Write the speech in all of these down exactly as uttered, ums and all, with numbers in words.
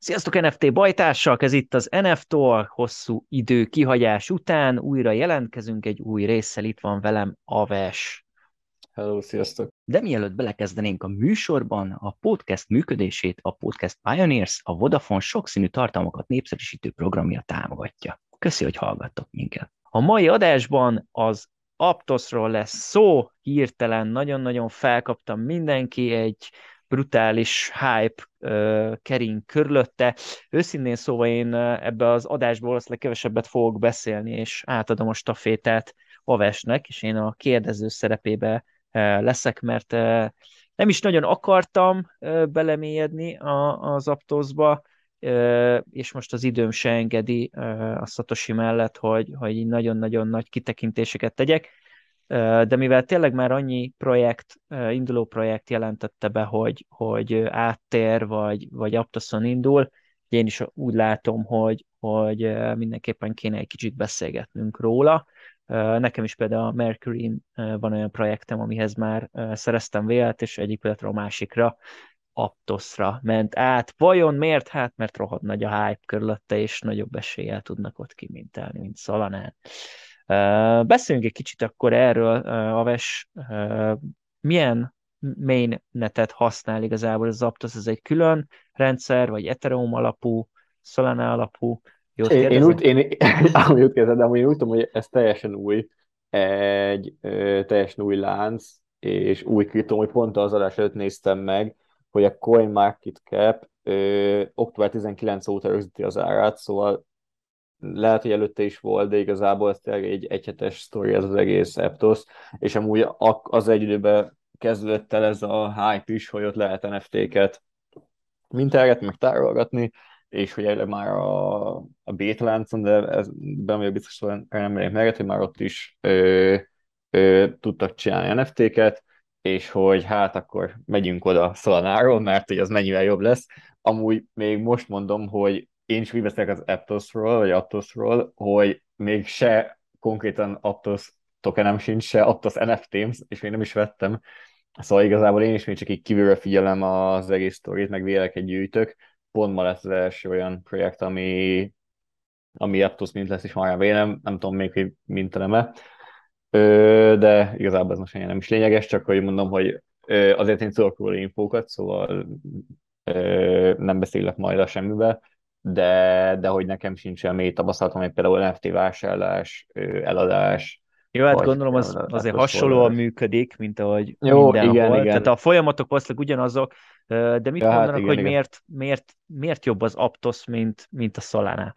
Sziasztok en ef té bajtársak, ez itt az en ef Talk, hosszú idő kihagyás után újra jelentkezünk egy új résszel, itt van velem Aves. Hello, sziasztok! De mielőtt belekezdenénk a műsorban, a podcast működését a Podcast Pioneers, a Vodafone sokszínű tartalmakat népszerűsítő programja támogatja. Köszi, hogy hallgattok minket. A mai adásban az Aptosról lesz szó, hirtelen nagyon-nagyon felkaptam mindenki, egy brutális hype uh, kering körülötte. Őszintén szóval én uh, ebbe az adásból valószínűleg kevesebbet fogok beszélni, és átadom a stafétát Avesnek, és én a kérdező szerepébe uh, leszek, mert uh, nem is nagyon akartam uh, belemélyedni a, az Aptosba, uh, és most az időm se engedi uh, a Satoshi mellett, hogy, hogy így nagyon-nagyon nagy kitekintéseket tegyek. De mivel tényleg már annyi projekt, induló projekt jelentette be, hogy, hogy áttér, vagy, vagy Aptoson indul, én is úgy látom, hogy, hogy mindenképpen kéne egy kicsit beszélgetnünk róla. Nekem is például a Mercury-n van olyan projektem, amihez már szereztem vélet, és egyik pillanatról a másikra Aptosra ment át. Vajon miért? Hát, mert rohadt nagy a hype körülötte, és nagyobb eséllyel tudnak ott kimintelni, mint Solanán. Uh, beszéljünk egy kicsit akkor erről, uh, Aves, uh, milyen mainnetet használ igazából az Aptos, ez egy külön rendszer, vagy Ethereum alapú, Solana alapú, jót Én, én kérdezek? úgy, én, amúgy úgy kezdem, de amúgy én úgy tudom, hogy ez teljesen új, egy ö, teljesen új lánc, és új kriptó, hogy pont az adás előtt néztem meg, hogy a CoinMarketCap ö, október tizenkilencedike óta rögzíti az árát, szóval lehet, hogy előtte is volt, de igazából ez tényleg egy egyhetes sztori ez az egész Aptos, és amúgy ak- az egy időben kezdődött el ez a hype is, hogy ott lehet en ef té-ket mintelgetni, meg tárolgatni, és hogy erre már a, a bétaláncon, de ez ben vagyok biztos, hogy nem megyek meg, hogy már ott is ö, ö, tudtak csinálni en ef té-ket, és hogy hát akkor megyünk oda Solanáról, mert hogy az mennyivel jobb lesz. Amúgy még most mondom, hogy én is úgy beszélek az Aptosról, vagy Aptosról, hogy még se konkrétan Aptos tokenem sincs, se Aptos en ef té-m, és még nem is vettem. Szóval igazából én is még csak így kívülről figyelem az egész sztorit, meg véleket gyűjtök. Pont ma lesz az első olyan projekt, ami, ami Aptos mint lesz, és már vélem, nem tudom még, hogy minteleme. De igazából ez most nem is lényeges, csak hogy mondom, hogy ö, azért én tudok róla infókat, szóval ö, nem beszélek majd a semmibe, de, de hogy nekem sincs olyan mély tapasztalatom, hogy például en ef té vásárlás, ö, eladás, Jó, hát vagy gondolom az például azért Aptos hasonlóan oldalás. működik, mint ahogy Jó, igen, mindenhol. Tehát igen. a folyamatok valószínűleg ugyanazok, de mit Ja, hát mondanak, igen, hogy igen. miért, miért, miért jobb az Aptos, mint, mint a Solana?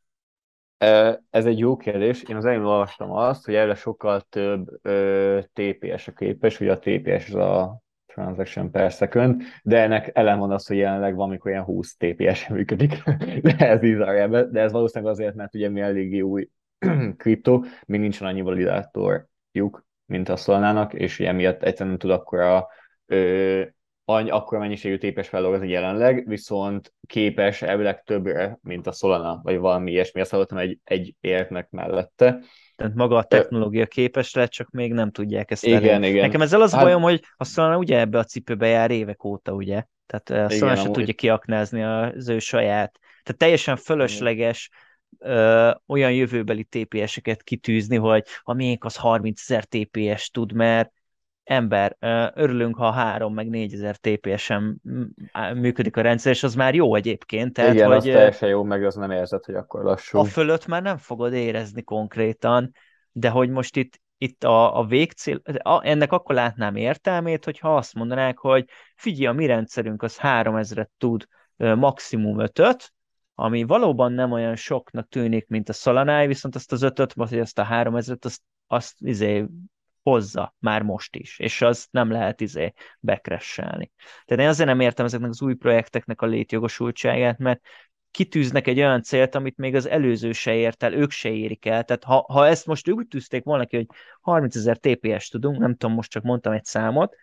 Ez egy jó kérdés. Én az elején olvastam azt, hogy erre sokkal több ö, té pé es a képes, ugye a té pé es az a transaction per second, de ennek ellen van az, hogy jelenleg van, amikor ilyen húsz té pé es működik, de ez így zárja, de ez valószínűleg azért, mert ugye mi eléggé új kriptó, még nincsen annyi validátorjuk, mint a Solana-nak, és ugye miatt egyszerűen nem tud akkora ö, annyi, akkora mennyiségű tépes feldolgozni jelenleg, viszont képes elvileg többre, mint a Solana, vagy valami ilyesmi. Azt hallottam egy, egy értnek mellette. Tehát maga a Ö, technológia képes lehet, csak még nem tudják ezt elérni. igen, Nekem igen. ezzel az bajom, Hát hogy a Solana ugye ebbe a cipőbe jár évek óta, ugye? Tehát eh, a Solana igen, se tudja amúgy. kiaknázni az ő saját. Tehát teljesen Igen. fölösleges ö, olyan jövőbeli té pé eseket kitűzni, hogy a miénk az harmincezer té pé es tud, mert ember, ö, örülünk, ha három meg négyezer té pé es-en működik a rendszer, és az már jó egyébként, tehát Igen, az hogy teljesen jó, meg az nem érzed, hogy akkor a lassú. fölött már nem fogod érezni konkrétan, de hogy most itt, itt a, a végcél, a, ennek akkor látnám értelmét, hogyha azt mondanák, hogy figyelj, a mi rendszerünk az háromezret tud, ö, maximum ötöt, ami valóban nem olyan soknak tűnik, mint a Solana, viszont azt az ötöt, vagy azt a háromezret, azt, azt izé hozza már most is, és az nem lehet izé bekresselni. Tehát én azért nem értem ezeknek az új projekteknek a létjogosultságát, mert kitűznek egy olyan célt, amit még az előző se ért el, ők se érik el. Tehát ha, ha ezt most úgy tűzték volna ki, hogy harmincezer té pé es tudunk, nem tudom, most csak mondtam egy számot,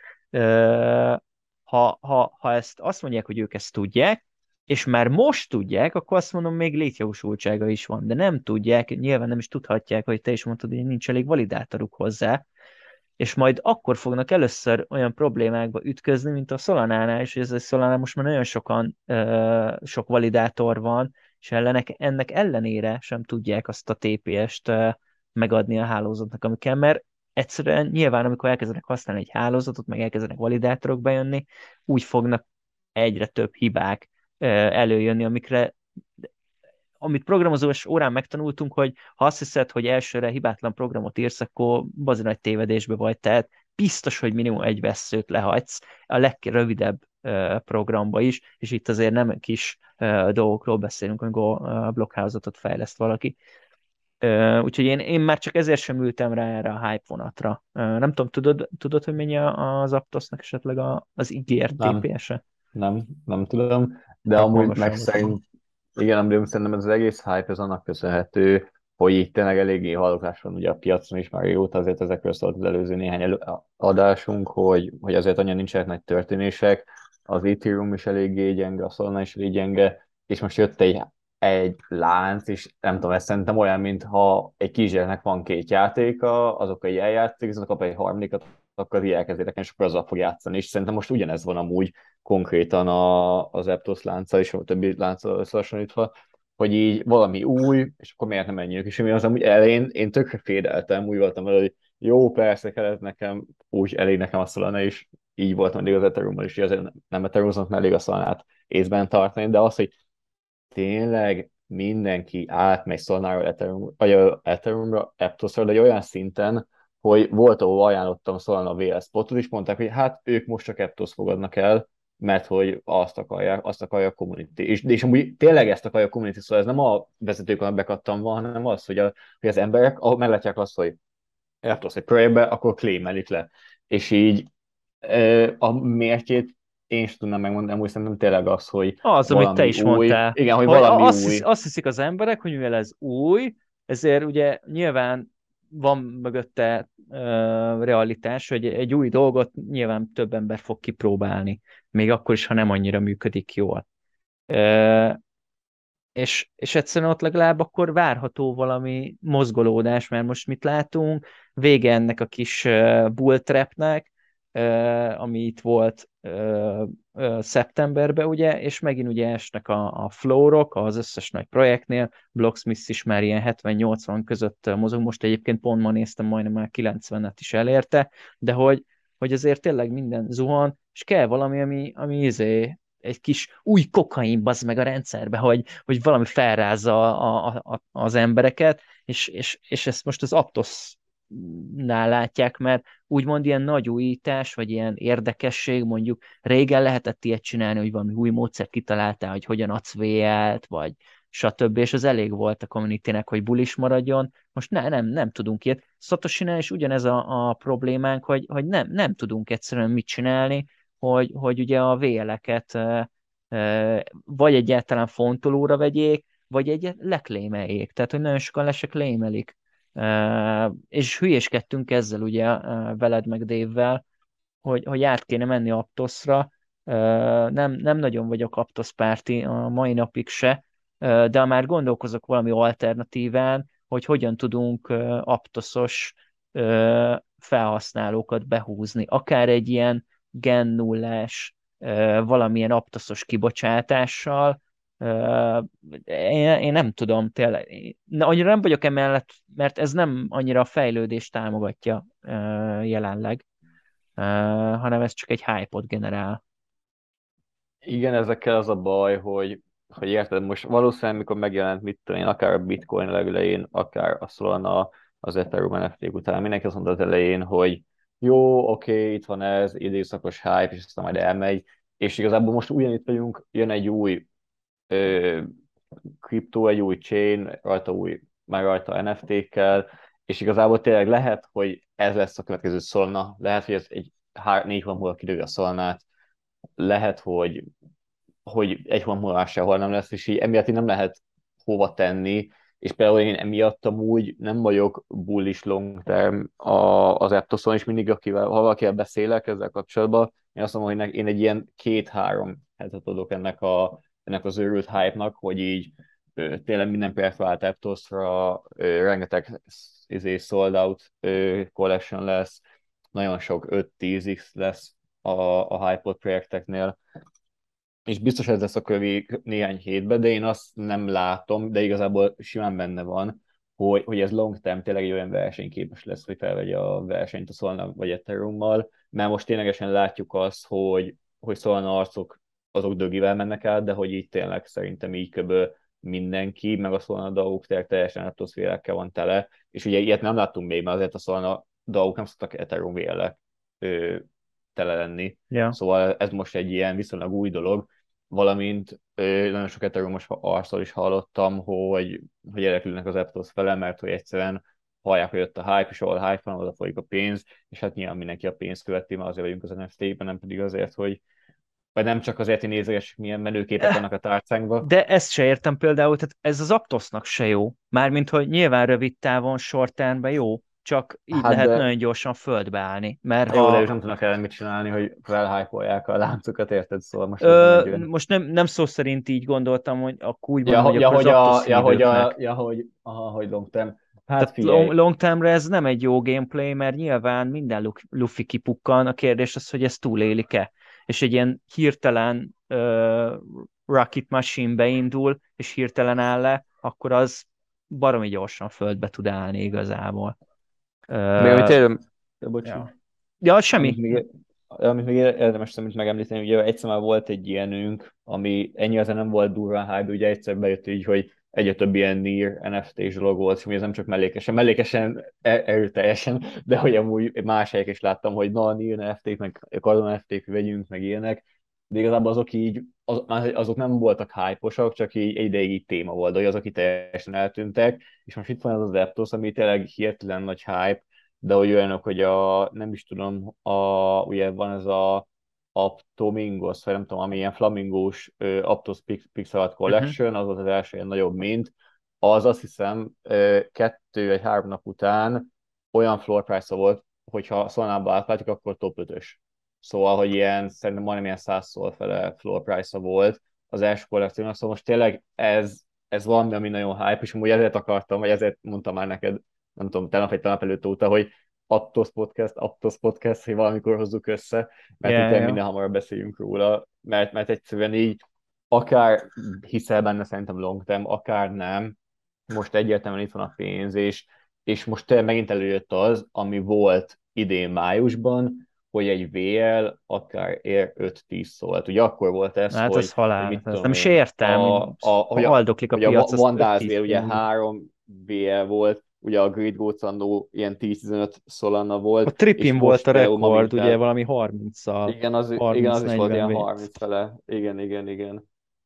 ha, ha, ha ezt azt mondják, hogy ők ezt tudják, és már most tudják, akkor azt mondom, még létjogosultsága is van, de nem tudják, nyilván nem is tudhatják, hogy te is mondtad, hogy nincs elég validátoruk hozzá, és majd akkor fognak először olyan problémákba ütközni, mint a Solanánál is, hogy ez a Solana most már nagyon sokan, ö, sok validátor van, és ellenek, ennek ellenére sem tudják azt a té pé est ö, megadni a hálózatnak, ami kell, mert egyszerűen nyilván, amikor elkezdenek használni egy hálózatot, meg elkezdenek validátorok bejönni, úgy fognak egyre több hibák ö, előjönni, amikre amit programozós órán megtanultunk, hogy ha azt hiszed, hogy elsőre hibátlan programot írsz, akkor bazi nagy tévedésbe vagy, tehát biztos, hogy minimum egy vesszőt lehagysz a legrövidebb uh, programba is, és itt azért nem kis uh, dolgokról beszélünk, amikor uh, blokkhálózatot fejleszt valaki. Uh, úgyhogy én, én már csak ezért sem ültem rá erre a hype vonatra. Uh, nem tudom, tudod, tudod, hogy mennyi az Aptosnak esetleg a, az ígért Nem, té pé es-e? nem, nem tudom, de Tök amúgy meg magasabb. szerint, igen, amúgy szerintem ez az egész hype ez annak köszönhető, hogy itt tényleg eléggé hallgatás van ugye a piacon is már régóta, azért ezekről szólt az előző néhány elő, adásunk, hogy, hogy azért annyira nincsenek nagy történések, az Ethereum is eléggé gyenge, a Solana is eléggé gyenge, és most jött egy, egy lánc, és nem tudom, ez szerintem olyan, mintha egy kisgyereknek van két játéka, azok egy eljátszik, azok kap egy harmadikat, akkor így elkezd érdekes, és akkor azzal fog játszani. És szerintem most ugyanez van amúgy konkrétan a, az Aptos lánccal és a többi lánccal összehasonlítva, hogy így valami új, és akkor miért nem menjünk. És mi az amúgy elején én tökre fédeltem, úgy voltam vele, hogy jó, persze kellett nekem, úgy elég nekem a Solana, és így voltam eddig az Ethereum-mal is, hogy azért nem Ethereum-ot, mert elég a Solanát észben tartani, de az, hogy tényleg mindenki átmegy Solana-ról Ethereum, vagy a Ethereum-ra, Aptosra, de egy olyan szinten, hogy volt, ahol ajánlottam Solana vé el spotot, és mondták, hogy hát ők most csak Aptos fogadnak el, mert hogy azt akarják, azt akarja a community. És, és amúgy tényleg ezt akarja a community, szóval ez nem a vezetőkön bekattam van, hanem az, hogy, a, hogy az emberek, ahol meglátják azt, hogy Aptos egy projektbe, akkor claimelik le. És így a mértjét én sem tudnám megmondani, úgy szerintem tényleg az, hogy Az, amit te valami is új, mondtál, igen, hogy hogy valami azt, hisz, új, azt hiszik az emberek, hogy mivel ez új, ezért ugye nyilván van mögötte uh, realitás, hogy egy új dolgot nyilván több ember fog kipróbálni, még akkor is, ha nem annyira működik jól. Uh, és, és egyszerűen ott legalább akkor várható valami mozgolódás, mert most mit látunk? Vége ennek a kis uh, bull trapnek, uh, ami itt volt uh, uh, szeptemberben, ugye, és megint ugye esnek a, a floorok az összes nagy projektnél, Blocksmith is már ilyen hetven-nyolcvan között mozog, most egyébként pont ma néztem, majdnem már kilencvenet is elérte, de hogy, hogy azért tényleg minden zuhan, és kell valami, ami, ami izé, egy kis új kokain bazd meg a rendszerbe, hogy, hogy valami felrázza a, a, a, az embereket, és, és, és ezt most az Aptosnál látják, mert úgymond ilyen nagy újítás, vagy ilyen érdekesség, mondjuk régen lehetett ilyet csinálni, hogy valami új módszer kitaláltál, hogy hogyan adsz vé el-t, vagy stb. És az elég volt a communitynek, hogy bullish maradjon. Most ne, nem, nem tudunk ilyet. Satoshi-nál is ugyanez a, a problémánk, hogy, hogy nem, nem tudunk egyszerűen mit csinálni, hogy, hogy ugye a vé el-eket vagy egyáltalán fontolóra vegyék, vagy egyet leklémeljék. Tehát, hogy nagyon sokan le se klémelik. És hülyéskedtünk ezzel ugye veled meg Dave-vel, hogy, hogy át kéne menni Aptosra. Nem, nem nagyon vagyok Aptos párti a mai napig se, de már gondolkozok valami alternatíván, hogy hogyan tudunk Aptosos felhasználókat behúzni. Akár egy ilyen gen nullás, valamilyen aptoszos kibocsátással. Én, én nem tudom, tényleg. Na, annyira nem vagyok emellett, mert ez nem annyira a fejlődést támogatja jelenleg, hanem ez csak egy hype-ot generál. igen, ezekkel az a baj, hogy, hogy érted, most valószínűleg mikor megjelent, mit tudom én, akár a Bitcoin legelején, akár a Solana, az Ethereum en ef té után, mindenki azt mondta az elején, hogy jó, oké, okay, itt van ez, időszakos hype, és aztán majd elmegy, és igazából most ugyanitt vagyunk, jön egy új ö, kriptó, egy új chain, rajta új, már rajta en ef té-kkel, és igazából tényleg lehet, hogy ez lesz a következő Solana, lehet, hogy ez egy hár, négy hónap múlva kidőli a Solanát, lehet, hogy, hogy egy hónap múlva sehol nem lesz, és így emiatt így nem lehet hova tenni, és például én emiatt amúgy nem vagyok bullish long term a, az Aptoson, és mindig, akivel, ha valakivel beszélek ezzel kapcsolatban, én azt mondom, hogy én egy ilyen két-három hetet adok ennek, a, ennek az őrült hype-nak, hogy így ö, tényleg minden projekt vált Aptosra, ö, rengeteg izé, sold out ö, collection lesz, nagyon sok öt-tíz x lesz a, a Hypod projekteknél, és biztos ez lesz a kövi néhány hétben, de én azt nem látom, de igazából simán benne van, hogy, hogy ez long term tényleg egy olyan versenyképes lesz, hogy felvegye a versenyt a Solana vagy Ethereummal, mert most ténylegesen látjuk azt, hogy, hogy Solana arcok azok dögivel mennek át, de hogy így tényleg szerintem így köböl mindenki, meg a Solana dao-k tényleg teljesen atoszférekkel van tele, és ugye ilyet nem láttunk még, mert azért a Solana dao-k nem szoktak Ethereum vélek tele lenni. Ja. Szóval ez most egy ilyen viszonylag új dolog, valamint ö, nagyon sok Ethereum-os arccal is hallottam, hogy, hogy érdeklődnek az Aptos fele, mert hogy egyszerűen hallják, hogy jött a hype, és ahol hype van, oda folyik a pénz, és hát nyilván mindenki a pénzt követi, mert azért vagyunk az en ef té-ben, nem pedig azért, hogy vagy nem csak azért, hogy nézegessük, milyen menőképek vannak a tárcánkban. De ezt se értem például, tehát ez az Aptosnak se jó. Mármint, hogy nyilván rövid távon, short termben jó, csak így Hát lehet de, nagyon gyorsan földbe állni. Mert jó, de ők ha nem tudnak ellen mit csinálni, hogy felhypolják a láncokat, érted? Szóval most ez nem ö, egy olyan. most nem, nem szó szerint így gondoltam, hogy akkor úgy Ja, mondom, ho- hogy ja, akkor az hogy a, Aptos ja, hogy a, hívőknek. ja, hogy, aha, hogy long term. Hát Tehát long, figyelj, long termre ez nem egy jó gameplay, mert nyilván minden luf- lufi kipukkan, a kérdés az, hogy ez túlélik-e. És egy ilyen hirtelen uh, Rocket Machine beindul, és hirtelen áll le, akkor az baromi gyorsan földbe tud állni igazából. még amit Uh, érdemes, ja, bocsi, ja. Ja, amit semmi. még, amit még érdemes szerintem megemlíteni, ugye egyszer már volt egy ilyenünk, ami ennyi azért nem volt durván hype, ugye egyszer bejött így, hogy egyre több ilyen Near en ef té-s dolog volt, és ez nem csak mellékesen, mellékesen e- erőteljesen, de hogy amúgy más helyek is láttam, hogy na, Near en ef té-k, meg Cardano en ef té-k vegyünk, meg ilyenek, de igazából azok így, az, azok nem voltak hype-osak, csak így egy ideig így téma volt, de hogy azok így teljesen eltűntek, és most itt van az az Aptos, ami tényleg hirtelen nagy hype, de hogy olyanok, hogy a, nem is tudom, a, ugye van ez a Aptomingos, vagy nem tudom, ami ilyen flamingós uh, Aptos Pix, Pixel Art Uh-huh. Collection, az volt az első ilyen nagyobb mint, az azt hiszem uh, kettő vagy három nap után olyan floor price volt, hogyha Solana-ba átváltjuk, akkor top ötös. Szóval, hogy ilyen, szerintem majdnem ilyen száz szól fele floor price volt az első kollekciónak, szóval most tényleg ez, ez valami, ami nagyon hype, és amúgy ezért akartam, vagy ezért mondtam már neked, nem tudom, tegnap vagy tegnap előtt óta, hogy Aptos Podcast, Aptos Podcast, hogy valamikor hozzuk össze, mert Ja, utána ja. minden hamarabb beszéljünk róla, mert, mert egyszerűen így akár hiszel benne szerintem long term, akár nem, most egyértelműen itt van a pénz, és, és most tényleg megint előjött az, ami volt idén májusban, hogy egy vé el akár ér öt-tíz szólt. Ugye akkor volt ez, Hát hogy, az hogy halál. mit Ez tudom nem is én, a, értem, hogy a, ha hogy a, haldoklik a hogy a piac, az Vandals vé el öt-tíz ugye forint. három vé el volt, ugye a Great Goats annó ilyen tíz-tizenöt Solana A volt, és Tripin volt most a például ma rekord, ugye mintel, valami harminccal, igen, az, igen, az is volt harminc-negyven ilyen vé. harminc fele, igen, igen, igen.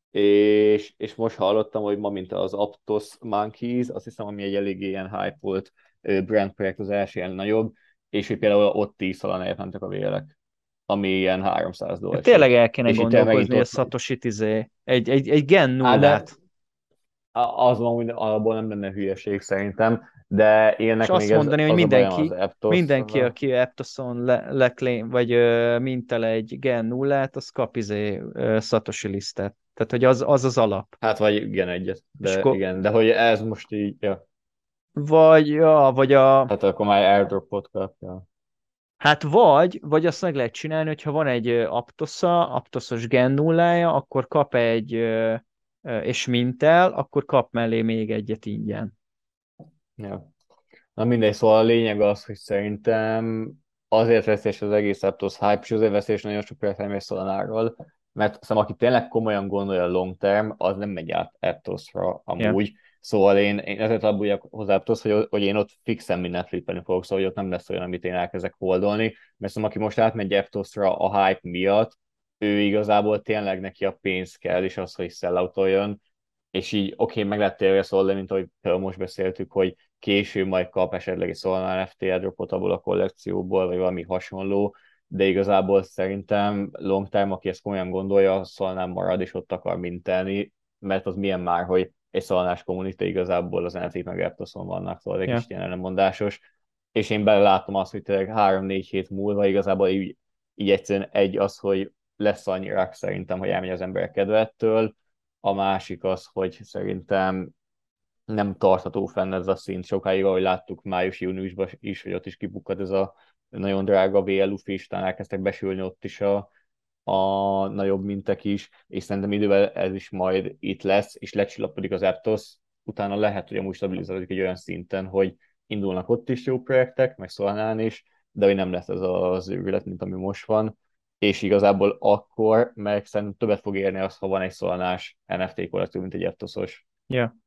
És, és most hallottam, hogy ma mint az Aptos Monkeys, azt hiszem, ami egy eléggé ilyen hype volt brand projekt, az első ilyen nagyobb, és hogy például ott tíz Solana mentek a vélek, ami ilyen háromszáz De dolcsi. tényleg el kéne És itt megint gondolkozni, hogy a ott megy. Satoshi izé, egy, egy, egy gen Á, de nullát, az van, hogy alapból nem lenne hülyeség szerintem, de én és nekem még azt ez, mondani, hogy az a bajom az mindenki, Aptos. mindenki, aki Aptoson le, leklém, vagy ö, mintel egy gen nullát, az kap izé, ö, Satoshi lisztet. Tehát, hogy az az, az alap. Hát vagy igen egyet, És de akkor, igen, de hogy ez most így, ja. vagy, ja, vagy a, Hát akkor már airdropot kapja. hát vagy, vagy azt meg lehet csinálni, hogyha van egy ö, Aptosza, Aptoszos gen nullája, akkor kap egy, ö, ö, és mintel, akkor kap mellé még egyet ingyen. Ja. Na mindegy, szóval a lényeg az, hogy szerintem azért veszélyes az egész Aptos hype, és azért veszélyes nagyon sok értelmes Solanáról, mert szerintem aki tényleg komolyan gondolja a long term, az nem megy át Aptosra Ja. amúgy. Szóval én, én ezért abban hozzá Aptos, hogy, hogy én ott fixen mindent flippelni fogok, szóval hogy ott nem lesz olyan, amit én elkezdek holdolni, mert szerintem aki most átmegy Aptosra a hype miatt, ő igazából tényleg neki a pénz kell, és az, hogy selloutoljon, és így oké, okay, meg lehet tényleg szólni, mint ahogy most beszéltük, hogy később majd kap esetleg egy Solana en ef té airdropot abból a kollekcióból, vagy valami hasonló, de igazából szerintem long time, aki ezt komolyan gondolja, Solana marad, és ott akar mintelni, mert az milyen már, hogy egy Solanás community igazából az en ef té meg Aptoson vannak, szóval egy Ja. kis ilyen ellenmondásos, és én belelátom azt, hogy tényleg három-négy hét múlva igazából így, így egyszerűen egy az, hogy lesz annyira szerintem, hogy elmegy az emberek kedvettől, a másik az, hogy szerintem nem tartható fenn ez a szint sokáig, ahogy láttuk május-júniusban is, hogy ott is kibukkad ez a nagyon drága vé el u is, talán elkezdtek besülni ott is a, a nagyobb mintek is, és szerintem idővel ez is majd itt lesz, és lecsillapodik az Aptos, utána lehet, hogy amúgy stabilizálódik egy olyan szinten, hogy indulnak ott is jó projektek, meg Solánán is, de hogy nem lesz ez az őrület, mint ami most van, és igazából akkor meg szerintem többet fog érni az, ha van egy Solanás en ef té kollektív, mint egy Aptosos. Ja,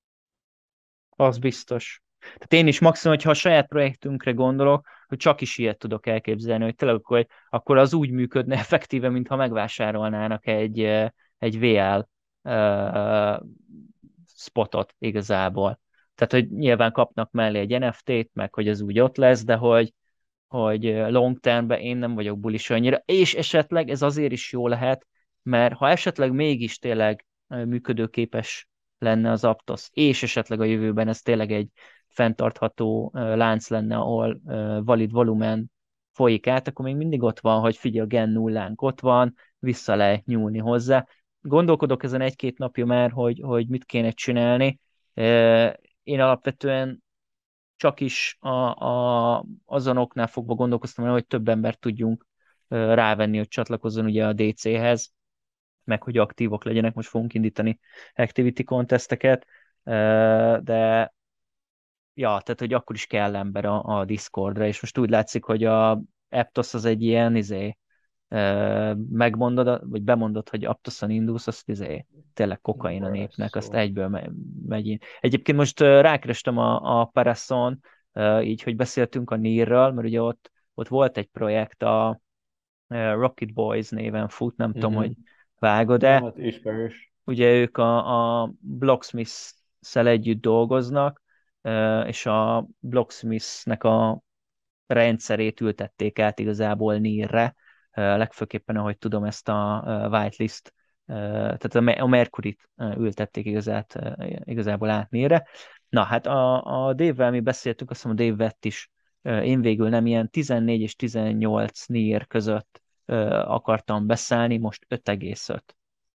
az biztos. Tehát én is maximum, hogyha a saját projektünkre gondolok, hogy csak is ilyet tudok elképzelni, hogy tényleg akkor, akkor az úgy működne effektíve, mintha megvásárolnának egy, eh, egy vé el uh, spotot igazából. Tehát, hogy nyilván kapnak mellé egy en ef té-t, meg hogy az úgy ott lesz, de hogy, hogy long termben én nem vagyok bulis annyira, és esetleg ez azért is jó lehet, mert ha esetleg mégis tényleg eh, működőképes lenne az Aptos, és esetleg a jövőben ez tényleg egy fenntartható uh, lánc lenne, ahol uh, valid volumen folyik át, akkor még mindig ott van, hogy figyelj, a gen nullánk ott van, vissza lehet nyúlni hozzá. Gondolkodok ezen egy-két napja már, hogy, hogy mit kéne csinálni. Uh, én alapvetően csak is a, a, azonoknál fogva gondolkoztam, hogy több embert tudjunk uh, rávenni, hogy csatlakozzon ugye a dé céhez, meg hogy aktívok legyenek. Most fogunk indítani activity contesteket, uh, de ja, tehát, hogy akkor is kell ember a, a Discordra, és most úgy látszik, hogy a Aptos az egy ilyen, izé, ö, megmondod, vagy bemondod, hogy Aptoson indulsz, azt izé, tényleg kokain a népnek, azt Borzasztó. egyből me- megy. Egyébként most ö, rákerestem a, a Parason, ö, így, hogy beszéltünk a nírről, mert ugye ott, ott volt egy projekt, a ö, Rocket Boys néven fut, nem tudom, Uh-huh. hogy vágod-e. Hát ismerős. Ugye ők a, a Blocksmith-szel együtt dolgoznak, és a Blocksmith-nek a rendszerét ültették át igazából nírre, legfőképpen, ahogy tudom, ezt a whitelist, tehát a Mercury-t ültették igazát, igazából át nírre. Na, hát a, a Dave-vel mi beszéltünk, azt mondom, a Dave vett is, én végül nem ilyen tizennégy és tizennyolc nír között akartam beszállni, most öt egész öt.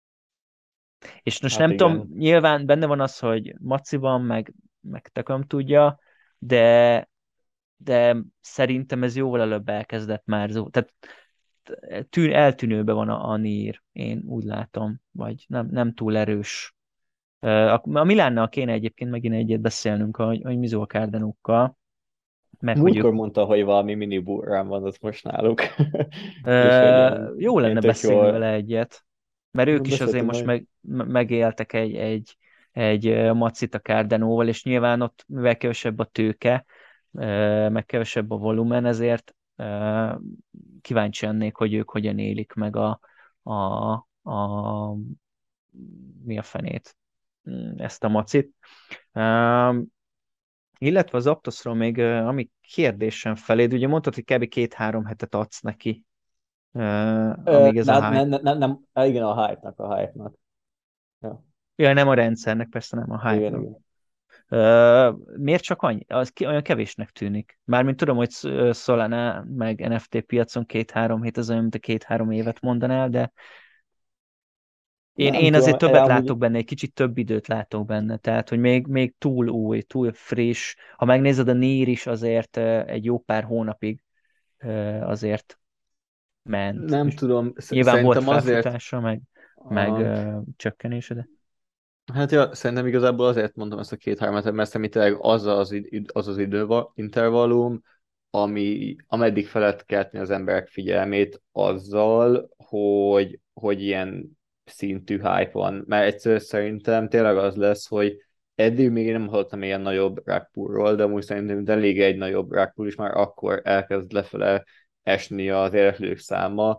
És most Hát nem tudom, igen. nyilván benne van az, hogy Maci van, meg, meg tököm tudja, de, de szerintem ez jóval előbb elkezdett már, zó- tehát tűn, eltűnőbe van a, a nír, én úgy látom, vagy nem, nem túl erős. Ö, A, a Milánnal kéne egyébként megint egyet beszélnünk, hogy, hogy Mizó Kárdenókkal, meg hogy ők Múltkor mondta, hogy valami mini burrán van ott most náluk. És hogy Ö, ilyen, jó lenne ilyen tök beszélni jól vele egyet, mert ők is azért beszéltem most majd. meg, me- megéltek egy, egy, egy ö, macit a Cardenóval, és nyilván ott, mivel kevesebb a tőke, ö, meg kevesebb a volumen, ezért ö, kíváncsi lennék, hogy ők hogyan élik meg a, a, a mi a fenét, mm, ezt a macit. Ö, illetve az Aptosról még, ö, ami kérdésem feléd, ugye mondtad, hogy kb. két-három hetet adsz neki, uh, Ö, amíg ez a nem, hype. nem, nem, nem, nem, á, igen, a hype-nak, a hype-nak. Ja, Ja, nem a rendszernek, persze nem a igen, hype-nak. igen. Uh, miért csak annyi? Az ki, olyan kevésnek tűnik. Mármint tudom, hogy Sz- Solana meg en ef té piacon két-három hét az olyan, mint a két-három évet mondanál, de én, Nem én azért tudom, eh, többet amúgy látok benne, egy kicsit több időt látok benne, tehát, hogy még, még túl új, túl friss. Ha megnézed, a nír is azért uh, egy jó pár hónapig uh, azért ment, nem és tudom, sz- nyilván volt szerintem azért, felfutása, meg, meg a, uh, csökkenése, de hát ja, szerintem igazából azért mondom ezt a két-három hetet, mert szerintem tényleg az az, id- az, az időva, intervallum, ami, ameddig fel lehet kelteni az emberek figyelmét azzal, hogy, hogy ilyen szintű hype van. Mert egyszer szerintem tényleg az lesz, hogy eddig még én nem hallottam ilyen nagyobb rákpúrról, de most szerintem de elég egy nagyobb rákpúr is már akkor elkezd lefele esni az érdeklődők száma,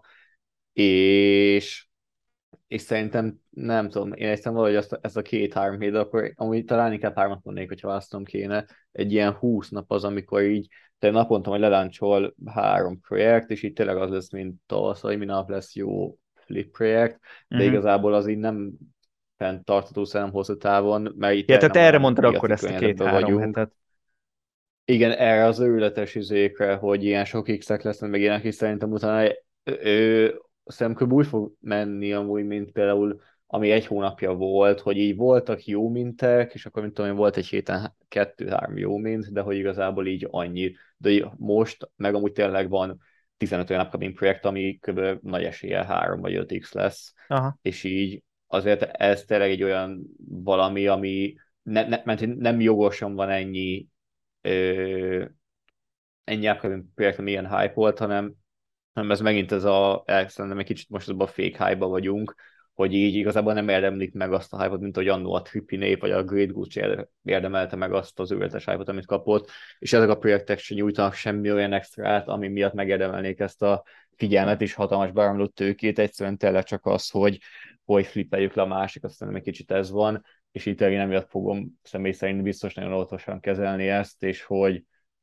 és és szerintem, nem tudom, én egyszerűen valahogy azt, ez a két-három hét, akkor amúgy talán inkább hármat mondanék, hogyha választom kéne, egy ilyen húsz nap az, amikor így te naponta majd leláncsol három projekt, és így tényleg az lesz, mint tavasz, hogy minap lesz jó flip projekt, de uh-huh. igazából az így nem fenntartható szerintem hosszú távon, mert itt Ja, tényleg tehát nem erre olyan mondod akkor piaci ezt a környezetben két-három vagyunk. hetet. Igen, erre az őrületes izékre, hogy ilyen sok X-ek lesznek, meg ilyenek, és szerintem utána ő, ő szerintem kb. Úgy fog menni amúgy, mint például ami egy hónapja volt, hogy így voltak jó mintek, és akkor mint tudom, én, volt egy héten kettő-három jó mint, de hogy igazából így annyi. De így most meg amúgy tényleg van tizenöt olyan upcoming projekt, ami kb. Nagy eséllyel három vagy öt x lesz, Aha. és így azért ez tényleg egy olyan valami, ami ne, ne, mert nem jogosan van ennyi ö, ennyi upcoming projekt, ami ilyen hype volt, hanem hanem ez megint ez a, szerintem egy kicsit most abban a fake hype-ba vagyunk, hogy így igazából nem érdemlik meg azt a hype-ot, mint hogy annó a Trippy nép, vagy a Great Gucci érdemelte meg azt az őrületes hype-ot, amit kapott, és ezek a projektek sem nyújtanak semmi olyan extrát, ami miatt megérdemelnék ezt a figyelmet és hatalmas beáramlott tőkét, egyszerűen tényleg csak az, hogy, hogy flippeljük le a másik, azt szerintem egy kicsit ez van, és így tényleg nem miatt fogom személy szerint biztos nagyon óvatosan kezelni ezt, és hogy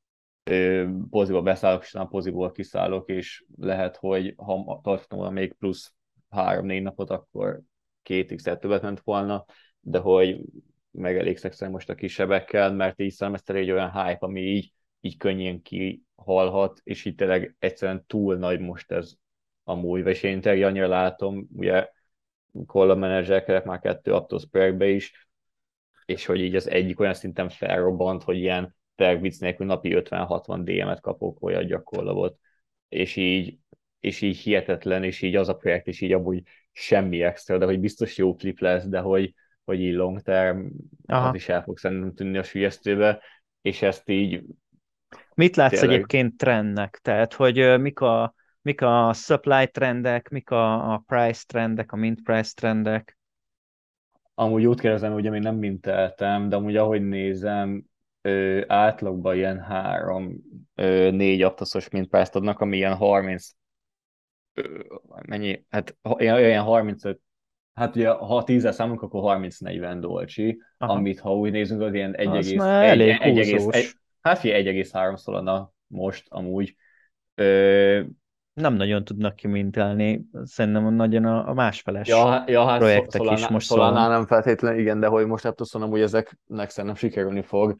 poziba beszállok, és a poziból kiszállok, és lehet, hogy ha tartottam volna még plusz három-négy napot, akkor két x többet ment volna, de hogy megelégszek szerintem most a kisebbekkel, mert így szerintem ez egy olyan hype, ami így, így könnyen kihalhat, és így tényleg egyszerűen túl nagy most ez amúgy, és én tényleg annyira látom, ugye kollab menedzserkedek már kettő Aptos projektbe is, és hogy így az egyik olyan szinten felrobbant, hogy ilyen per vicc nélkül napi ötven-hatvan dé em-et kapok, olyan gyakorlatot, és így, és így hihetetlen, és így az a projekt, és így amúgy semmi extra, de hogy biztos jó klip lesz, de hogy, hogy így long term, az Aha. is el fog szerintem tűnni a sülyeztőbe, és ezt így Mit látsz tényleg egyébként trendnek? Tehát, hogy ö, mik a, mik a supply trendek, mik a, a price trendek, a mint price trendek? amúgy úgy kérdezem, ugye még nem minteltem, de amúgy ahogy nézem, ö, átlagban ilyen három, ö, négy aptaszos mintpályázt adnak, ami ilyen harminc ö, mennyi, hát ha- ilyen olyan harmincöt, hát ugye ha tízzel számolunk, akkor harminc-negyven dolcsi, Aha. amit ha úgy nézünk, az ilyen Az már egy elég egész egy, egy, húzós. hát figyelj, egy egész három szolana most amúgy. Ö, Nem nagyon tudnak kimintelni. Szerintem nagyon a, a másfeles ja, ja, hát projektek is Solana, most Solana szólnak. nem feltétlenül, igen, de hogy most attól szóval, hogy ezeknek szerintem sikerülni fog.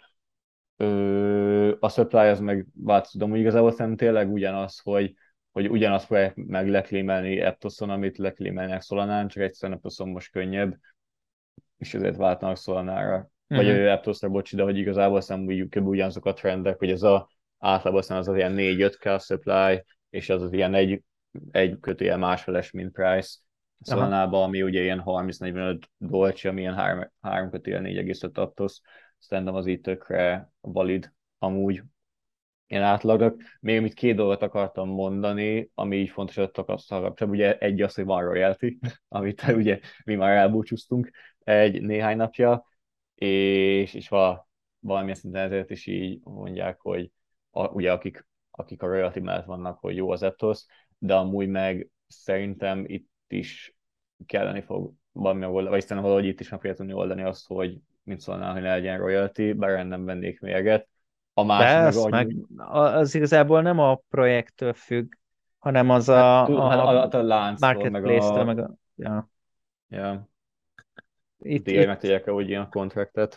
Ö, a supply az meg változó, hogy igazából szerintem tényleg ugyanaz, hogy, hogy ugyanazt fogják meg leklémelni Aptoson, amit leklémelnek Solanán, csak egyszerűen Aptoson most könnyebb, és ezért váltanak Solanára. Vagy Uh-huh. Aptosra, bocsi, de hogy igazából szerintem úgy, kb. Ugyanazok a trendek, hogy ez a általában szerintem az az ilyen négy-öt k supply, és az az ilyen egy, egy kötőjel másfeles, mint price. Aha. Solanában, ami ugye ilyen harminc-negyvenöt dolcsi, ami ilyen három, három kötőjel négy egész öt Aptos, szerintem az így tökre valid amúgy ilyen átlagok. Még amit két dolgot akartam mondani, ami így fontos a takasszal kapcsolatban. Ugye egy az, hogy van royalty, amit ugye mi már elbúcsúztunk egy néhány napja, és, és val, valamilyen szinten ezért is így mondják, hogy a, ugye akik, akik a royalty mellett vannak, hogy jó az ethos, de amúgy meg szerintem itt is kelleni fog valami oldani, vagy szerintem valahogy itt is meg fogja tudni oldani azt, hogy mint szólnál, hogy ne legyen royalty, bár nem vennék mérget. A De másik meg, ez ahogy meg az igazából nem a projektől függ, hanem az hát, a, tud- hát a a, a lánctól, meg marketplace-től, a, meg a, ja. ja, Itt, díj, hogy itt megtegyek hogy ilyen kontraktet.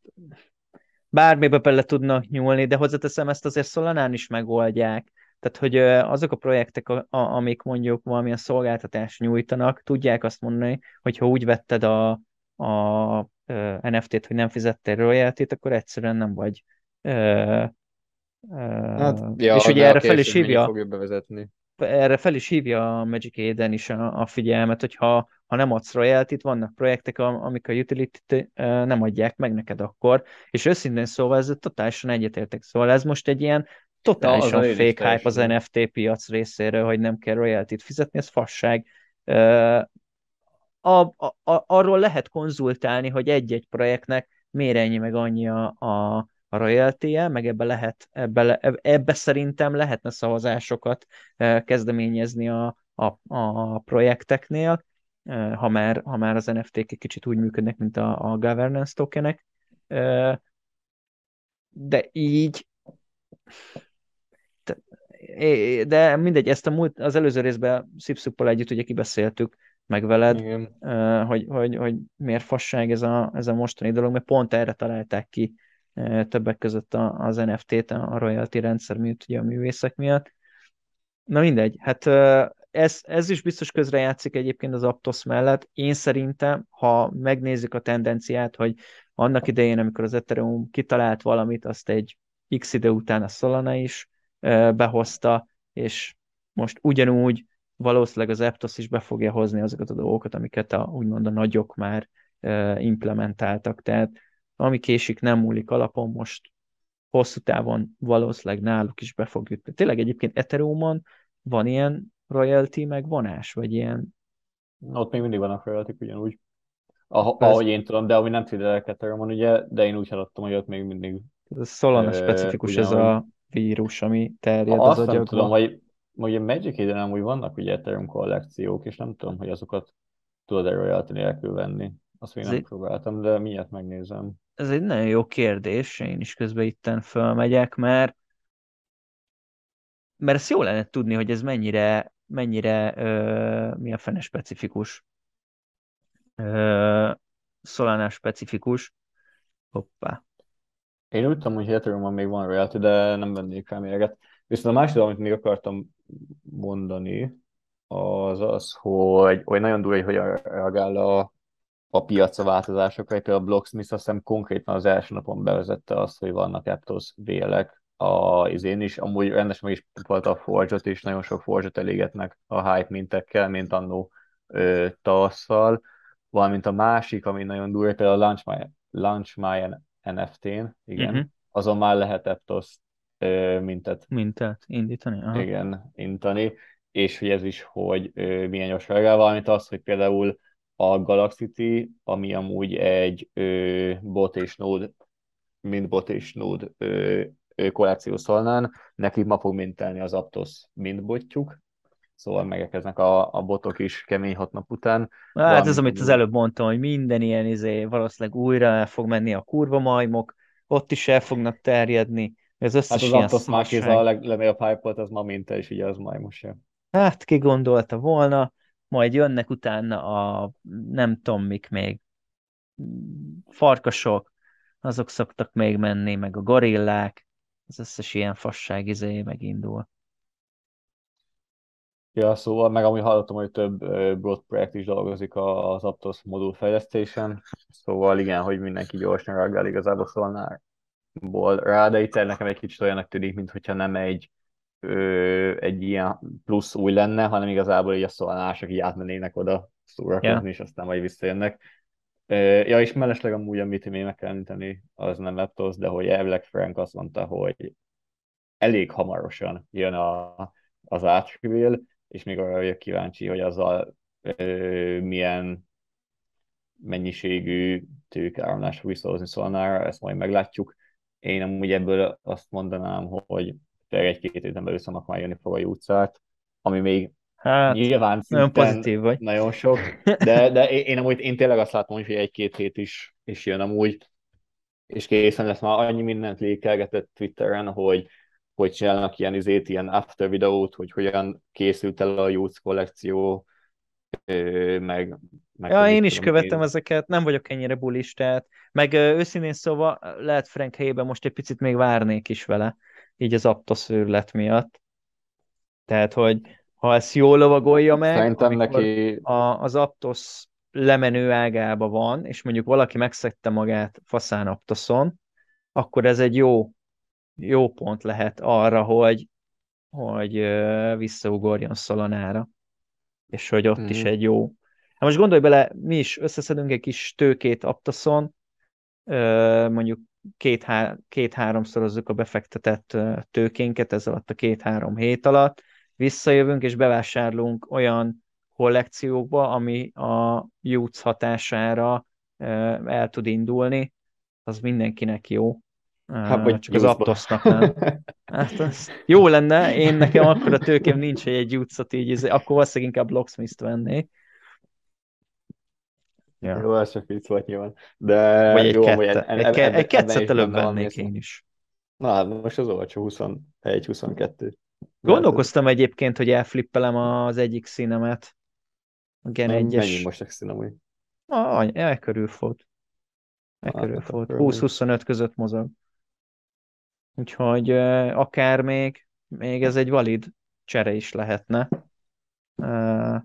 bármibe bele tudnak nyúlni, de hozzáteszem, ezt azért Solanán is megoldják. Tehát, hogy ö, azok a projektek, a, a, amik mondjuk valamilyen szolgáltatást nyújtanak, tudják azt mondani, hogy ha úgy vetted a, a ö, en ef té-t, hogy nem fizettél royalty-t, akkor egyszerűen nem vagy. Ö, Hát, ö, és ja, ugye de a erre fel is később hívja fogja bevezetni. erre fel is hívja a Magic Eden is a, a figyelmet, hogy ha, ha nem adsz royalty-t, vannak projektek, am- amik a utility-t eh, nem adják meg neked akkor, és őszintén szóval ez totálisan egyetértek. Szóval ez most egy ilyen Ja, totálisan azzal én is fake hype az teljesen. en ef té piac részéről, hogy nem kell royalty-t fizetni, ez fasság. Eh, a, a, a, arról lehet konzultálni, hogy egy-egy projektnek miért ennyi meg annyi a, a, a royalty-je, meg ebbe lehet, ebbe, le- ebbe szerintem lehetne szavazásokat eh, kezdeményezni a, a, a projekteknél, eh, ha már, ha már az en ef té-k egy kicsit úgy működnek, mint a, a governance tokenek. Eh, De így, É, de mindegy, ezt a múlt, az előző részben Szipszuppal együtt ugye kibeszéltük meg veled, Igen. eh, hogy, hogy, hogy miért fasság ez a, ez a mostani dolog, mert pont erre találták ki eh, többek között a- az en ef té-t, a royalty rendszer miatt, ugye a művészek miatt. Na mindegy, hát eh, ez, ez is biztos közrejátszik egyébként az Aptos mellett. Én szerintem, ha megnézzük a tendenciát, hogy annak idején, amikor az Ethereum kitalált valamit, azt egy X idő után a Solana is ö, behozta, és most ugyanúgy valószínűleg az Aptos is be fogja hozni azokat a dolgokat, amiket a, úgymond a nagyok már ö, implementáltak. Tehát ami késik, nem múlik alapon, most hosszú távon valószínűleg náluk is be fog jutni. Tényleg egyébként Ethereumon van ilyen royalty megvonás, vagy ilyen... Ott még mindig vannak royaltik ugyanúgy, ah- Ez, ahogy én tudom, de ami nem fidelek Ethereumon, ugye, de én úgy hallottam, hogy ott még mindig ez Solana ö, specifikus ez ugyanúgy. a vírus, ami terjed az Azt nem tudom, agyagba. hogy ugye Magic Eden amúgy vannak ugye Ethereum kollekciók, és nem tudom, hogy azokat tudod-e royalty nélkül venni. Azt még Ez nem egy, próbáltam, de miért megnézem. ez egy nagyon jó kérdés, én is közben itten fölmegyek, mert, mert ezt jó lenne tudni, hogy ez mennyire, mennyire ö, mi a fene specifikus, ö, Solana specifikus. Hoppá. Én úgy tudom, hogy Ethereumon még van royalty, de nem vennék rá mérget. Viszont a másik, amit még akartam mondani, az az, hogy, hogy nagyon durva, hogy hogyan reagál a, a piac a változásokra. Például a Blocksmith azt hiszem konkrétan az első napon bevezette azt, hogy vannak Aptos vélek. A, izén is, amúgy rendesen meg is volt a Forge-ot, és nagyon sok Forge-ot elégetnek a hype mintekkel, mint annó ö, tavasszal. Valamint a másik, ami nagyon durva, például a Launch My, Launch My en ef té-n, Uh-huh. igen, azon már lehet Aptos ö, mintet, Mintát indítani? Aha. igen, intani, és hogy ez is, hogy ö, milyen gyorsan reagál, valamint az, hogy például a Galaxity, ami amúgy egy ö, bot és node, mint bot és node ö, ö, kollekció Solnán, nekik ma fog mintelni az Aptos mint botjuk, szóval megérkeznek a, a botok is kemény hat nap után, Hát ez, valamint amit az amúgy, előbb mondtam, hogy minden ilyen izé, valószínűleg újra el fog menni a kurva majmok, ott is el fognak terjedni, az hát összes az ilyen Aptos már kéz a szarság. leg- legnagyobb hype volt, az ma mintel, és ugye az majd most sem. Hát ki gondolta volna, majd jönnek utána a nem tudom mik még, farkasok, azok szoktak még menni, meg a gorillák, az összes ilyen fasság izé megindul. Ja, szóval meg amúgy hallottam, hogy több ö, bot projekt is dolgozik az Aptos modul fejlesztésen, szóval igen, hogy mindenki gyorsan reagál igazából Solana-ból rá, de itt nekem egy kicsit olyanak tűnik, mintha nem egy, ö, egy ilyen plusz új lenne, hanem igazából így a Solana-ások így átmennének oda Ja. szórakozni, és aztán majd visszajönnek. Ö, ja, és mellesleg amúgy, amit még meg kell említeni, az nem Aptos, de hogy elvileg Frank azt mondta, hogy elég hamarosan jön a, az átreveal, és még arra vagyok kíváncsi, hogy azzal ö, milyen mennyiségű tőkeáramlás fog visszahozni Solana-ra, ezt majd meglátjuk. Én amúgy ebből azt mondanám, hogy egy-két héten belül szóval már jönni fog a utcát, ami még Hát, nyilván nagyon szinten pozitív vagy. nagyon sok, de, de én, én amúgy én tényleg azt látom, hogy egy-két hét is, is jön amúgy, és készen lesz, már annyi mindent lékelgetett Twitteren, hogy hogy csinálnak ilyen izét, ilyen after videót, hogy hogyan készült el a Youth kollekció, meg, meg Ja, hogy én mit is tudom követem én. ezeket, nem vagyok ennyire bulis, tehát meg ö, őszintén szóval lehet Frank helyében most egy picit még várnék is vele, így az Aptos őrület miatt. Tehát, hogy ha ezt jól lovagolja meg, Szerintem amikor neki, a, az Aptos lemenő ágába van, és mondjuk valaki megszedte magát faszán Aptoson, akkor ez egy jó, jó pont lehet arra, hogy, hogy ö, visszaugorjon Solonára, és hogy ott is uh-huh. egy jó. Hát most gondolj bele, mi is összeszedünk egy kis tőkét Aptoson, ö, mondjuk két, há- két-háromszorozzuk a befektetett ö, tőkénket ez alatt a két-három hét alatt, visszajövünk és bevásárlunk olyan kollekciókba, ami a Youth hatására ö, el tud indulni, az mindenkinek jó, Hát Ö, vagy csak az Youthba. Aptosnak nem. Hát az jó lenne, én nekem akkor a tőkém nincs, hogy egy Youth-ot így, izé- akkor valószínűleg inkább Blocksmith-t vennék. Ja. Jó, ez csak vicc volt nyilván. De Vagy egy jó, amúgy kette. ebben, Egy, ke- ebben, egy ebben ketszet is előbb benne van vennék mész. én is. Na hát most az olcsó huszonegy huszonkettő. Mehetett. Gondolkoztam egyébként, hogy elflippelem az egyik színemet, a Gen Mennyi egyes. most a amúgy? Ah, e körül fut. E körül Hát fut. akkor még. húsz-huszonöt között mozog. Úgyhogy eh, akár még, még ez egy valid csere is lehetne. Uh,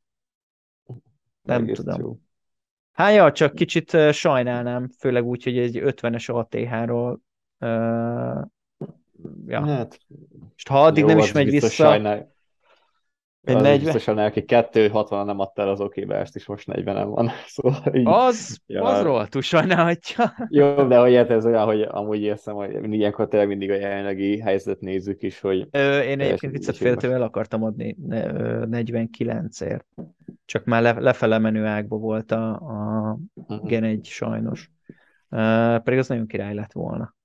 nem Egész tudom. jó. Hát ja, csak kicsit uh, sajnálnám, főleg úgy, hogy egy ötvenes á té há-ról uh, ja. Hát, És ha addig nem jó, is az is megy biztos vissza, sajnál, egy az is negyven, biztosan neki kettő hatvan nem adta el az okébe, ezt is most negyvenen van. Szóval így, az, az ja, rohadtul sajnálhatja. jó, de hogy hát ez olyan, hogy amúgy érzem, hogy mindig ilyenkor tényleg mindig a jelenlegi helyzetet nézzük is, hogy Ö, én teljesen egyébként viccet mindegy, hogy félretően most. el akartam adni ne- ö, negyvenkilencért. Csak már le, lefele menő ágba volt a, a Mhm. Gen egy sajnos. Uh, pedig az nagyon király lett volna.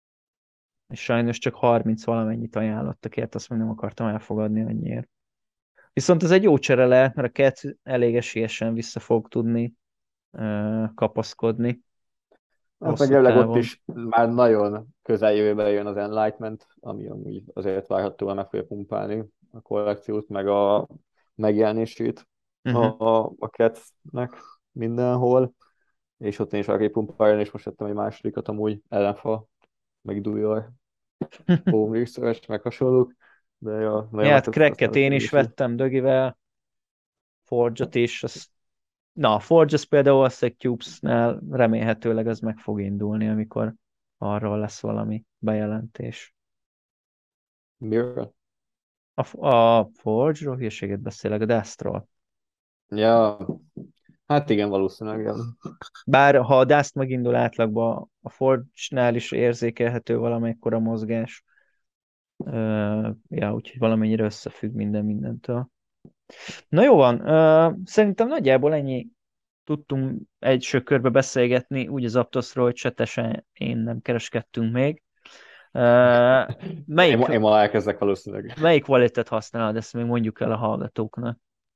És sajnos csak harminc valamennyit ajánlottak, ért azt meg nem akartam elfogadni annyiért. Viszont ez egy jó csere lehet, mert a Cat elég esélyesen vissza fog tudni uh, kapaszkodni Hát meg hosszú jelenleg ott távon. is már nagyon közeljövőben jön az Enlightenment, ami amúgy azért várhatóan meg fogja pumpálni a kollekciót, meg a megjelenését a, Uh-huh. a Cats-nek mindenhol, és ott én is valaki pumpáljon, és most vettem egy másodikat amúgy, ellenfa, meg Dujor, Home Research, meg hasonlók, de ja, Ja, nagyon hát tetszett Cracket aztán én én is is így. vettem Dögivel, Forge-ot is, az... na a Forge az például azt egy Cubes-nál remélhetőleg az meg fog indulni, amikor arról lesz valami bejelentés. Miről? A, a Forge-ról hülyeséget beszélek, a Dustról. Ja, hát igen, valószínűleg igen. Bár ha a Dust megindul átlagban, a Forge-nál is érzékelhető valamekkora mozgás. Uh, ja, úgyhogy valamennyire összefügg minden mindentől. Na jó van, uh, szerintem nagyjából ennyi tudtunk egy körbe beszélgetni, úgy az Aptosról, hogy csetesen én nem kereskedtünk még. Uh, Én melyik, ma, én ma elkezdek valószínűleg. melyik walletet használod, ezt még mondjuk el a hallgatóknak.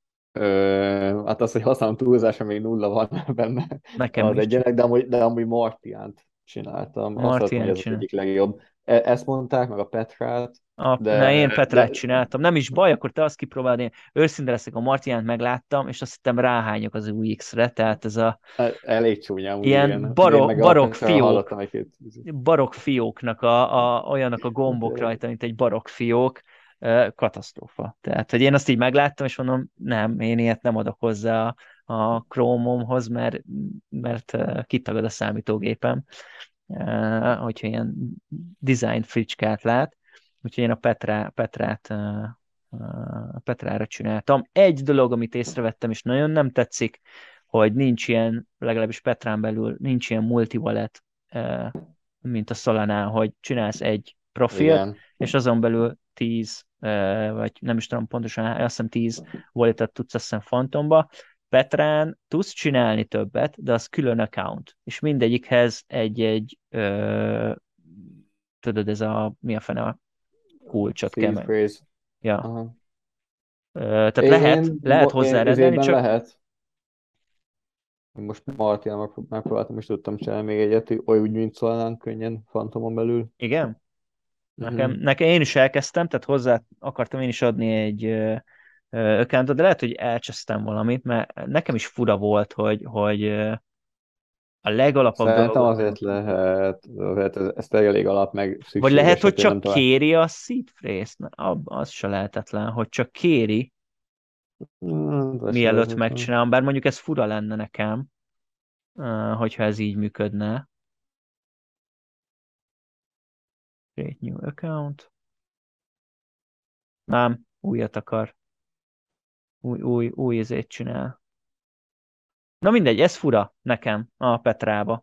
Ö, hát az, hogy használom túlzása, még nulla van benne Nekem az is. egyenek, de amúgy, de amúgy Martiánt csináltam. Azt hallottam, hogy Martian ez az csinál. egyik legjobb. E- ezt mondták, meg a Petrát, A, ne, de, én Petrát de csináltam. Nem is baj, akkor te azt kipróbáld. Én őszinte leszek, a Martiánt megláttam, és azt hittem ráhányok az u iksz-re, tehát ez a e- elég csúnya amúgy, ilyen igen. De én barok, meg a barok Petráról fiók, hallottam egy-két. barok fióknak a, a, olyanok a gombok De, rajta, mint egy barok fiók, ö, katasztrófa. Tehát, hogy én azt így megláttam, és mondom, nem, én ilyet nem adok hozzá a, a Chrome-omhoz, mert, mert ö, kitagad a számítógépem, ö, hogyha ilyen design fricskát lát, úgyhogy én a Petrá, Petrát ö, ö, Petrára csináltam. Egy dolog, amit észrevettem, és nagyon nem tetszik, hogy nincs ilyen, legalábbis Petrán belül nincs ilyen multivalet, mint a Solana, hogy csinálsz egy profilt, igen. és azon belül tíz, vagy nem is tudom pontosan, azt hiszem tíz walletet tudsz azt hiszem Phantomba. Petrán tudsz csinálni többet, de az külön account, és mindegyikhez egy-egy ö, tudod, ez a, mi a fene a kulcsot kell Seed meg. phrase. Ja. Aha. Ö, tehát lehet, Én, lehet én hozzárendelni, üzében csak lehet. Most Martián megpró- megpróbáltam, és tudtam csinálni még egyet, hogy olyan úgy, mint szólnánk könnyen Fantomon belül. igen, Nekem, Uh-huh. nekem én is elkezdtem, tehát hozzá akartam én is adni egy ö, ö, accountot, de lehet, hogy elcsesztem valamit, mert nekem is fura volt, hogy, hogy ö, a legalapabb Szerintem dolgot nem azért tudom. lehet, azért ez, ez tényleg elég alap, meg Vagy lehet, szükséges, hogy hát én nem csak tudom. kéri a seed phrase-t? Ab, az se lehetetlen, hogy csak kéri, Hmm, ez se mielőtt lehetetlen. megcsinálom, bár mondjuk ez fura lenne nekem, ö, hogyha ez így működne. Create new account. Nem, újat akar. Új, új, új izét csinál. Na mindegy, ez fura nekem a Petrába.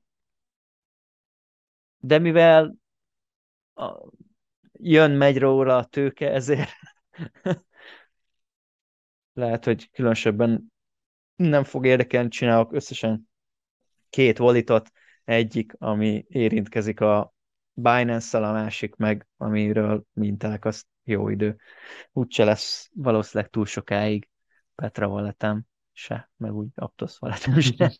De mivel a, jön, megy róla a tőke, ezért lehet, hogy különösebben nem fog érdekelni, csinálok összesen két volitot, egyik, ami érintkezik a Binance-szal, a másik meg, amiről minták, az jó idő. Úgyse lesz valószínűleg túl sokáig Petra walletem se, meg úgy Aptos walletem se.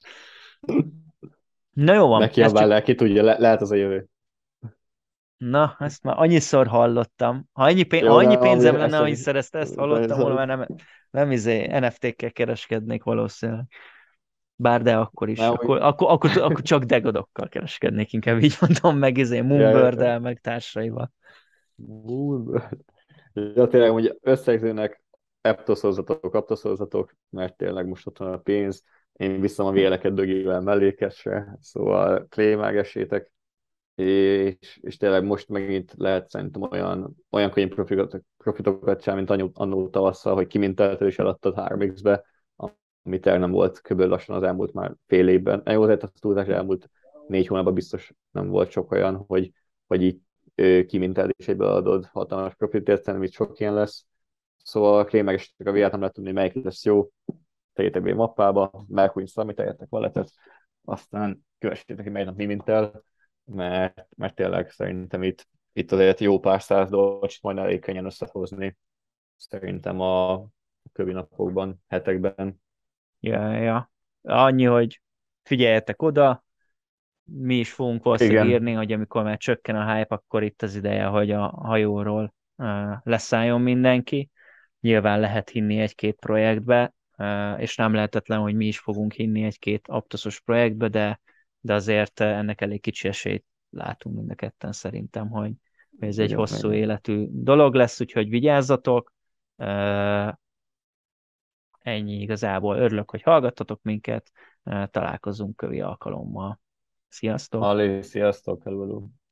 Na jó Ne van, ez kiabál csak le, ki tudja, le, lehet az a jövő. na, ezt már annyiszor hallottam. Ha annyi, pénz, ha Jó, de annyi amúgy pénzem ezt lenne, csak... hogy szerezte, ezt hallottam volna, már nem, nem izé, en ef té-kkel kereskednék valószínűleg. Bár de akkor is. Nem, Akkor, úgy... akkor, akkor, akkor csak degodokkal kereskednék, inkább így mondom, meg izé, ja, ja, Moonbird-el, ja. meg társaival. Úr, ja, tényleg, hogy összegzőnek Aptos-hozzatok, Aptos-hozzatok, mert tényleg most ott van a pénz. Én viszem a véleket dögével mellékesre, szóval klémágessétek, és, és tényleg most megint lehet szerintem olyan, olyan könnyű profitokat, profitokat sem, mint annó, annó tavasszal, hogy kimintelted és eladtad három x-be, ami tényleg nem volt kb. Lassan az elmúlt már fél évben. Jó, tehát a túlzás elmúlt négy hónapban biztos nem volt sok olyan, hogy, hogy így kiminteled és egyből adod hatalmas profitért, hanem itt sok ilyen lesz. Szóval a krémegesítek a vélet, nem lehet tudni, melyik lesz jó. Tegyétek be a mappába, Mercury Summit-eljetek valetet, aztán kövessétek, hogy melyik nap mi mintel, mert, mert tényleg szerintem itt, itt azért jó pár száz dolgot majd elég könnyen összehozni. Szerintem a kövi napokban, hetekben. Ja, ja. Annyi, hogy figyeljetek oda, mi is fogunk valószínűleg Igen, írni, hogy amikor már csökken a hype, akkor itt az ideje, hogy a hajóról uh, leszálljon mindenki. Nyilván lehet hinni egy-két projektbe, uh, és nem lehetetlen, hogy mi is fogunk hinni egy-két aptoszos projektbe, de, de azért ennek elég kicsi esélyt látunk mind a ketten szerintem, hogy, hogy ez egy igen, hosszú igen. életű dolog lesz, úgyhogy vigyázzatok. Uh, ennyi igazából. Örülök, hogy hallgattatok minket, uh, találkozunk kövi alkalommal. Sziasztok! Alé, sziasztok, hello.